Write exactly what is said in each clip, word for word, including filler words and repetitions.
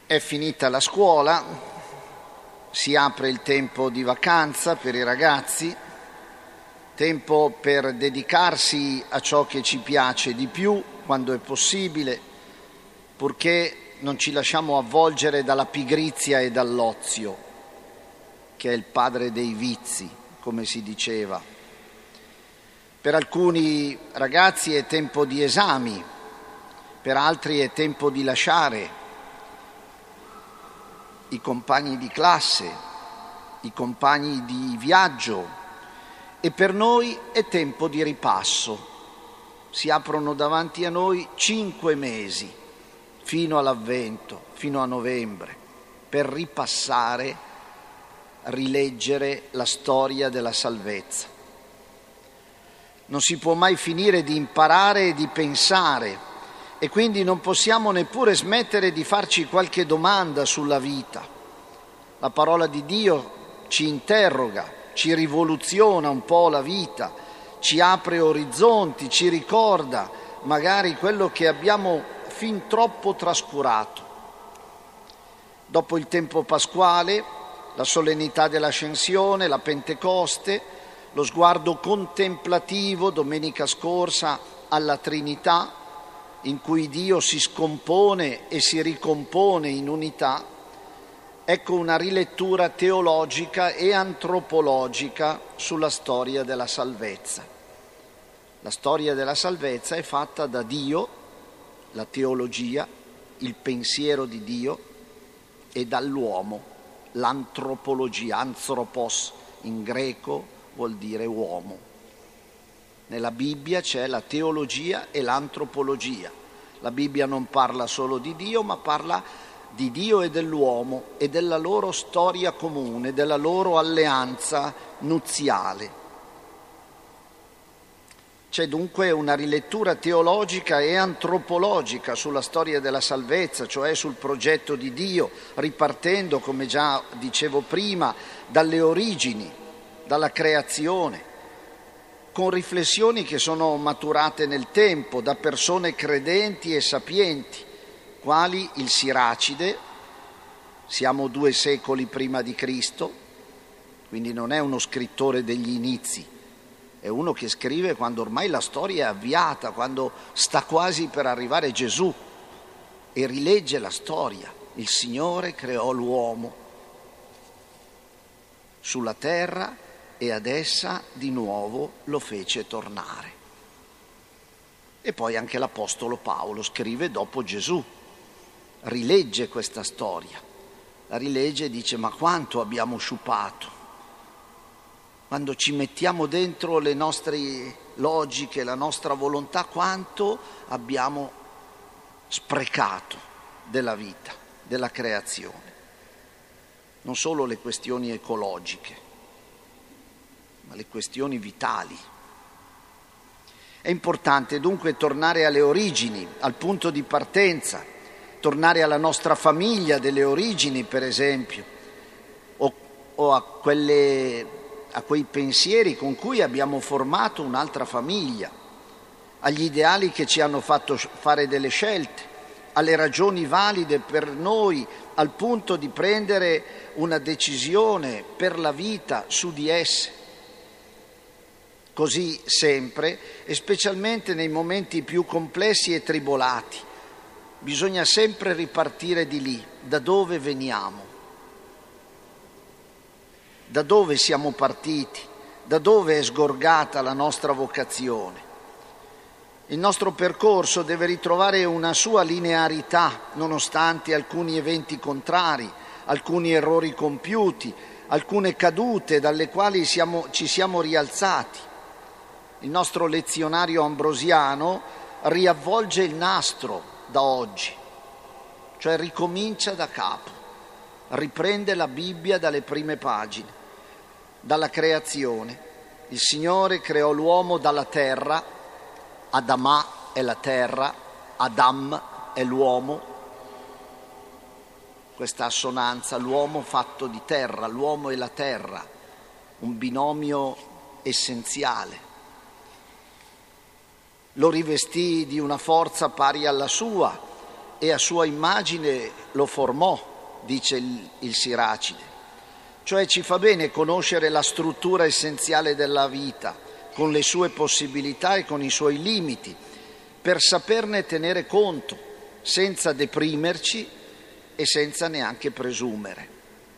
È finita la scuola, si apre il tempo di vacanza per i ragazzi, tempo per dedicarsi a ciò che ci piace di più quando è possibile, purché non ci lasciamo avvolgere dalla pigrizia e dall'ozio, che è il padre dei vizi, come si diceva. Per alcuni ragazzi è tempo di esami, per altri è tempo di lasciare i compagni di classe, i compagni di viaggio, e per noi è tempo di ripasso. Si aprono davanti a noi cinque mesi, fino all'Avvento, fino a novembre, per ripassare, rileggere la storia della salvezza. Non si può mai finire di imparare e di pensare, e quindi non possiamo neppure smettere di farci qualche domanda sulla vita. La parola di Dio ci interroga, ci rivoluziona un po' la vita, ci apre orizzonti, ci ricorda magari quello che abbiamo fin troppo trascurato. Dopo il tempo pasquale, la solennità dell'Ascensione, la Pentecoste, lo sguardo contemplativo domenica scorsa alla Trinità, in cui Dio si scompone e si ricompone in unità, ecco una rilettura teologica e antropologica sulla storia della salvezza. La storia della salvezza è fatta da Dio, la teologia, il pensiero di Dio, e dall'uomo, l'antropologia, anthropos in greco vuol dire uomo. Nella Bibbia c'è la teologia e l'antropologia. La Bibbia non parla solo di Dio, ma parla di Dio e dell'uomo e della loro storia comune, della loro alleanza nuziale. C'è dunque una rilettura teologica e antropologica sulla storia della salvezza, cioè sul progetto di Dio, ripartendo, come già dicevo prima, dalle origini, dalla creazione, con riflessioni che sono maturate nel tempo da persone credenti e sapienti, quali il Siracide, siamo due secoli prima di Cristo, quindi non è uno scrittore degli inizi, è uno che scrive quando ormai la storia è avviata, quando sta quasi per arrivare Gesù, e rilegge la storia. Il Signore creò l'uomo sulla terra e ad essa di nuovo lo fece tornare. E poi anche l'Apostolo Paolo scrive dopo Gesù, rilegge questa storia, la rilegge e dice: ma quanto abbiamo sciupato, quando ci mettiamo dentro le nostre logiche, la nostra volontà, quanto abbiamo sprecato della vita, della creazione. Non solo le questioni ecologiche, ma le questioni vitali. È importante dunque tornare alle origini, al punto di partenza, tornare alla nostra famiglia delle origini, per esempio, o, o a, quelle, a quei pensieri con cui abbiamo formato un'altra famiglia, agli ideali che ci hanno fatto fare delle scelte, alle ragioni valide per noi, al punto di prendere una decisione per la vita su di esse. Così sempre, e specialmente nei momenti più complessi e tribolati, bisogna sempre ripartire di lì, da dove veniamo, da dove siamo partiti, da dove è sgorgata la nostra vocazione. Il nostro percorso deve ritrovare una sua linearità, nonostante alcuni eventi contrari, alcuni errori compiuti, alcune cadute dalle quali siamo, ci siamo rialzati. Il nostro lezionario ambrosiano riavvolge il nastro da oggi, cioè ricomincia da capo, riprende la Bibbia dalle prime pagine, dalla creazione. Il Signore creò l'uomo dalla terra, Adamà è la terra, Adam è l'uomo, questa assonanza, l'uomo fatto di terra, l'uomo e la terra, un binomio essenziale. Lo rivestì di una forza pari alla sua, e a sua immagine lo formò, dice il, il Siracide. Cioè ci fa bene conoscere la struttura essenziale della vita, con le sue possibilità e con i suoi limiti, per saperne tenere conto, senza deprimerci e senza neanche presumere.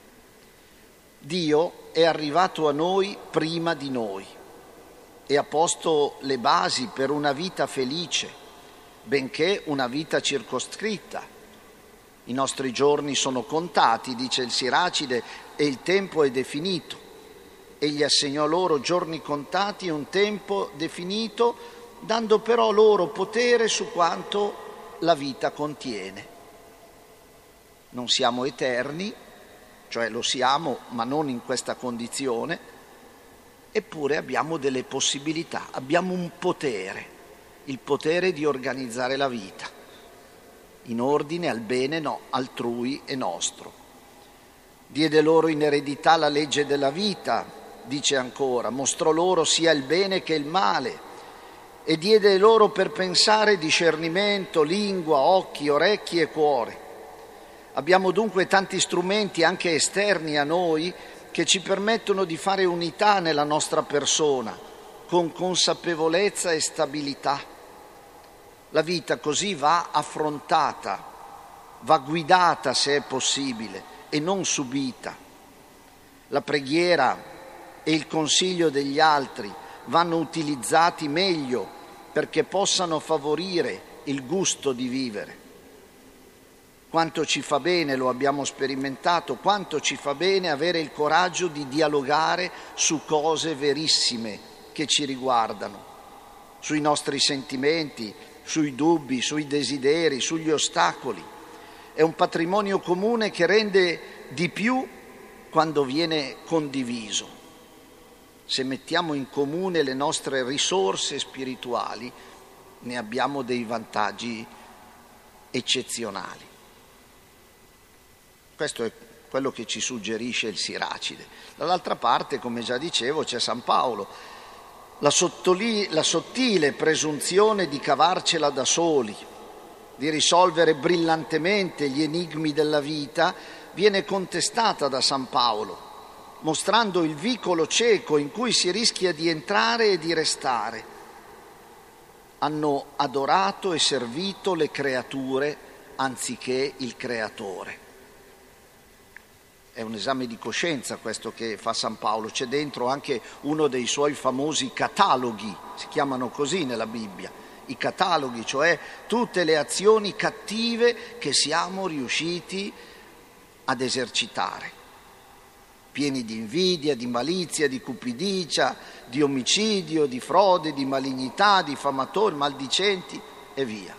Dio è arrivato a noi prima di noi e ha posto le basi per una vita felice, benché una vita circoscritta. I nostri giorni sono contati, dice il Siracide, e il tempo è definito. Egli assegnò loro giorni contati e un tempo definito, dando però loro potere su quanto la vita contiene. Non siamo eterni, cioè lo siamo, ma non in questa condizione, eppure abbiamo delle possibilità, abbiamo un potere, il potere di organizzare la vita, in ordine al bene no, altrui e nostro. Diede loro in eredità la legge della vita, dice ancora, mostrò loro sia il bene che il male e diede loro per pensare discernimento, lingua, occhi, orecchi e cuore. Abbiamo dunque tanti strumenti anche esterni a noi che ci permettono di fare unità nella nostra persona, con consapevolezza e stabilità. La vita così va affrontata, va guidata se è possibile e non subita. La preghiera e il consiglio degli altri vanno utilizzati meglio perché possano favorire il gusto di vivere. Quanto ci fa bene, lo abbiamo sperimentato, quanto ci fa bene avere il coraggio di dialogare su cose verissime che ci riguardano, sui nostri sentimenti, sui dubbi, sui desideri, sugli ostacoli. È un patrimonio comune che rende di più quando viene condiviso. Se mettiamo in comune le nostre risorse spirituali, ne abbiamo dei vantaggi eccezionali. Questo è quello che ci suggerisce il Siracide. Dall'altra parte, come già dicevo, c'è San Paolo. La, sottoli, la sottile presunzione di cavarcela da soli, di risolvere brillantemente gli enigmi della vita, viene contestata da San Paolo, mostrando il vicolo cieco in cui si rischia di entrare e di restare. Hanno adorato e servito le creature anziché il Creatore. È un esame di coscienza questo che fa San Paolo, c'è dentro anche uno dei suoi famosi cataloghi, si chiamano così nella Bibbia, i cataloghi, cioè tutte le azioni cattive che siamo riusciti ad esercitare, pieni di invidia, di malizia, di cupidigia, di omicidio, di frode, di malignità, diffamatori, maldicenti e via.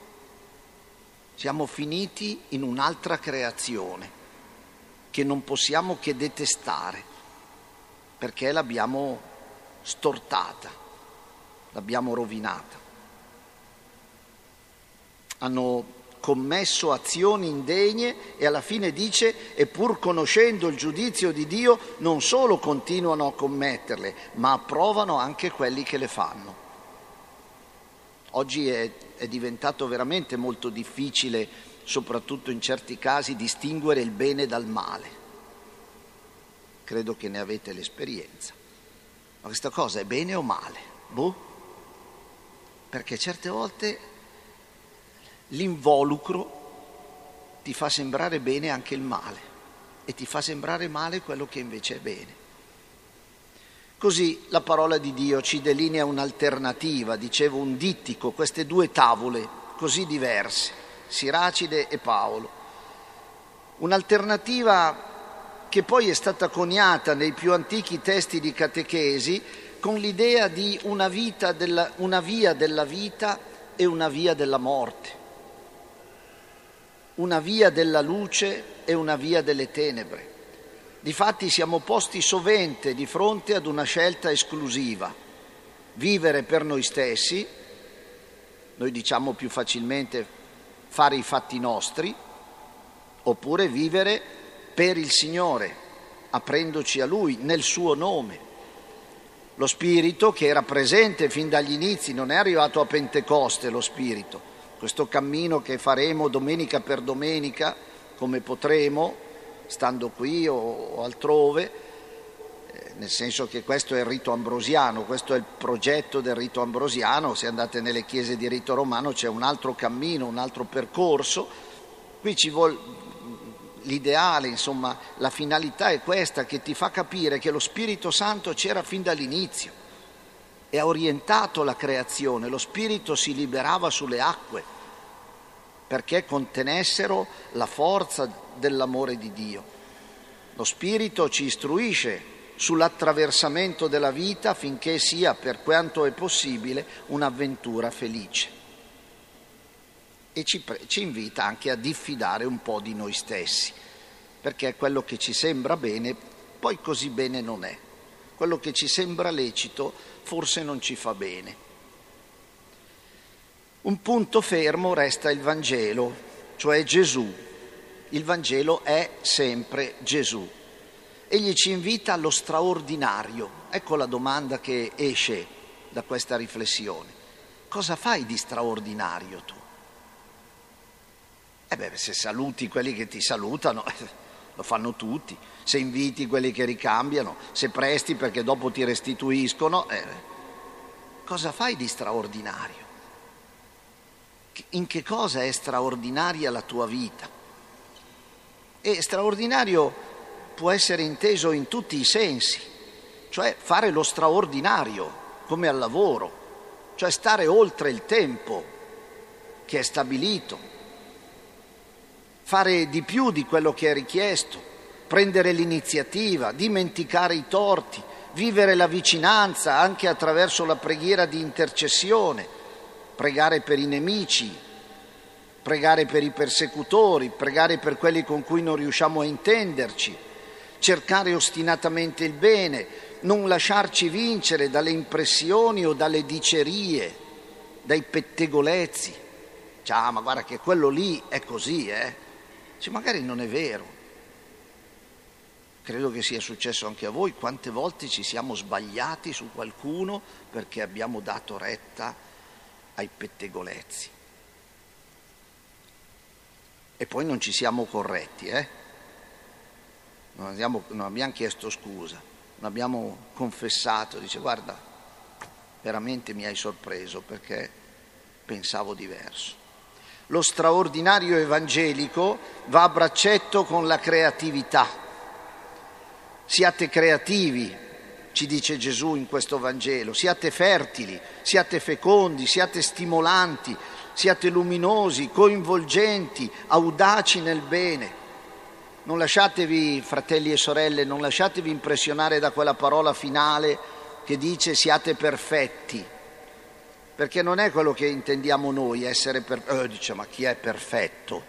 Siamo finiti in un'altra creazione che non possiamo che detestare, perché l'abbiamo stortata, l'abbiamo rovinata. Hanno commesso azioni indegne e alla fine dice, e pur conoscendo il giudizio di Dio, non solo continuano a commetterle, ma approvano anche quelli che le fanno. Oggi è, è diventato veramente molto difficile, soprattutto in certi casi, distinguere il bene dal male. Credo che ne avete l'esperienza. Ma questa cosa è bene o male? Boh. Perché certe volte l'involucro ti fa sembrare bene anche il male e ti fa sembrare male quello che invece è bene. Così la parola di Dio ci delinea un'alternativa, dicevo un dittico, queste due tavole così diverse, Siracide e Paolo. Un'alternativa che poi è stata coniata nei più antichi testi di catechesi con l'idea di una, vita della, una via della vita e una via della morte, una via della luce e una via delle tenebre. Difatti siamo posti sovente di fronte ad una scelta esclusiva: vivere per noi stessi, noi diciamo più facilmente fare i fatti nostri, oppure vivere per il Signore, aprendoci a Lui nel suo nome. Lo Spirito, che era presente fin dagli inizi, non è arrivato a Pentecoste lo Spirito, questo cammino che faremo domenica per domenica, come potremo, stando qui o, o altrove, eh, nel senso che questo è il rito ambrosiano, questo è il progetto del rito ambrosiano. Se andate nelle chiese di rito romano c'è un altro cammino, un altro percorso. Qui ci vuole l'ideale, insomma, la finalità è questa, che ti fa capire che lo Spirito Santo c'era fin dall'inizio e ha orientato la creazione. Lo Spirito si liberava sulle acque perché contenessero la forza dell'amore di Dio. Lo Spirito ci istruisce sull'attraversamento della vita finché sia, per quanto è possibile, un'avventura felice. E ci, pre- ci invita anche a diffidare un po' di noi stessi, perché quello che ci sembra bene poi così bene non è. Quello che ci sembra lecito forse non ci fa bene. Un punto fermo resta il Vangelo, cioè Gesù. Il Vangelo è sempre Gesù. Egli ci invita allo straordinario. Ecco la domanda che esce da questa riflessione. Cosa fai di straordinario tu? Eh beh, se saluti quelli che ti salutano, lo fanno tutti. Se inviti quelli che ricambiano, se presti perché dopo ti restituiscono, eh, cosa fai di straordinario? In che cosa è straordinaria la tua vita? E straordinario può essere inteso in tutti i sensi, cioè fare lo straordinario, come al lavoro, cioè stare oltre il tempo che è stabilito, fare di più di quello che è richiesto, prendere l'iniziativa, dimenticare i torti, vivere la vicinanza anche attraverso la preghiera di intercessione, pregare per i nemici, pregare per i persecutori, pregare per quelli con cui non riusciamo a intenderci, cercare ostinatamente il bene, non lasciarci vincere dalle impressioni o dalle dicerie, dai pettegolezzi. Cioè, ah, ma guarda che quello lì è così, eh? Cioè, magari non è vero. Credo che sia successo anche a voi. Quante volte ci siamo sbagliati su qualcuno perché abbiamo dato retta ai pettegolezzi. E poi non ci siamo corretti, eh? Non, andiamo, non abbiamo chiesto scusa, non abbiamo confessato, dice guarda, veramente mi hai sorpreso perché pensavo diverso. Lo straordinario evangelico va a braccetto con la creatività. Siate creativi, ci dice Gesù in questo Vangelo, siate fertili, siate fecondi, siate stimolanti, siate luminosi, coinvolgenti, audaci nel bene. Non lasciatevi, fratelli e sorelle, non lasciatevi impressionare da quella parola finale che dice siate perfetti, perché non è quello che intendiamo noi, essere perfetti. Eh, dice, ma chi è perfetto?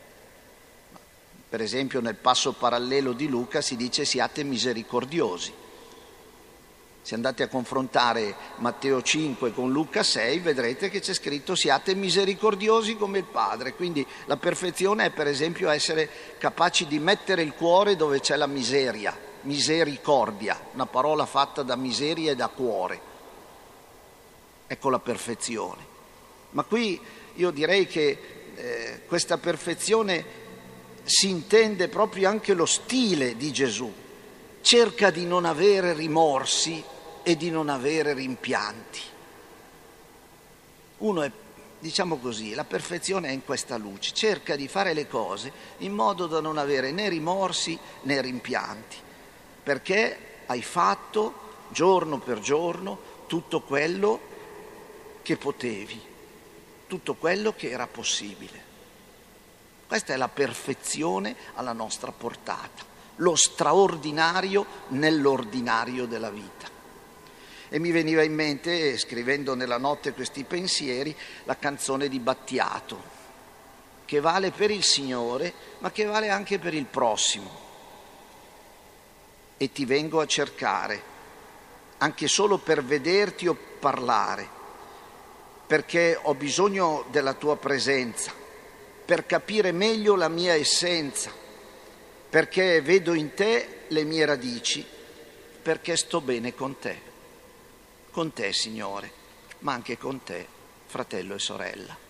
Per esempio nel passo parallelo di Luca si dice siate misericordiosi. Se andate a confrontare Matteo cinque con Luca sei vedrete che c'è scritto siate misericordiosi come il Padre. Quindi la perfezione è per esempio essere capaci di mettere il cuore dove c'è la miseria, misericordia, una parola fatta da miseria e da cuore. Ecco la perfezione. Ma qui io direi che eh, questa perfezione si intende proprio anche lo stile di Gesù. Cerca di non avere rimorsi e di non avere rimpianti. Uno è, diciamo così, la perfezione è in questa luce, cerca di fare le cose in modo da non avere né rimorsi né rimpianti, perché hai fatto giorno per giorno tutto quello che potevi, tutto quello che era possibile. Questa è la perfezione alla nostra portata, lo straordinario nell'ordinario della vita. E mi veniva in mente, scrivendo nella notte questi pensieri, la canzone di Battiato, che vale per il Signore, ma che vale anche per il prossimo. E ti vengo a cercare, anche solo per vederti o parlare, perché ho bisogno della tua presenza, per capire meglio la mia essenza, perché vedo in te le mie radici, perché sto bene con te. Con te, Signore, ma anche con te, fratello e sorella.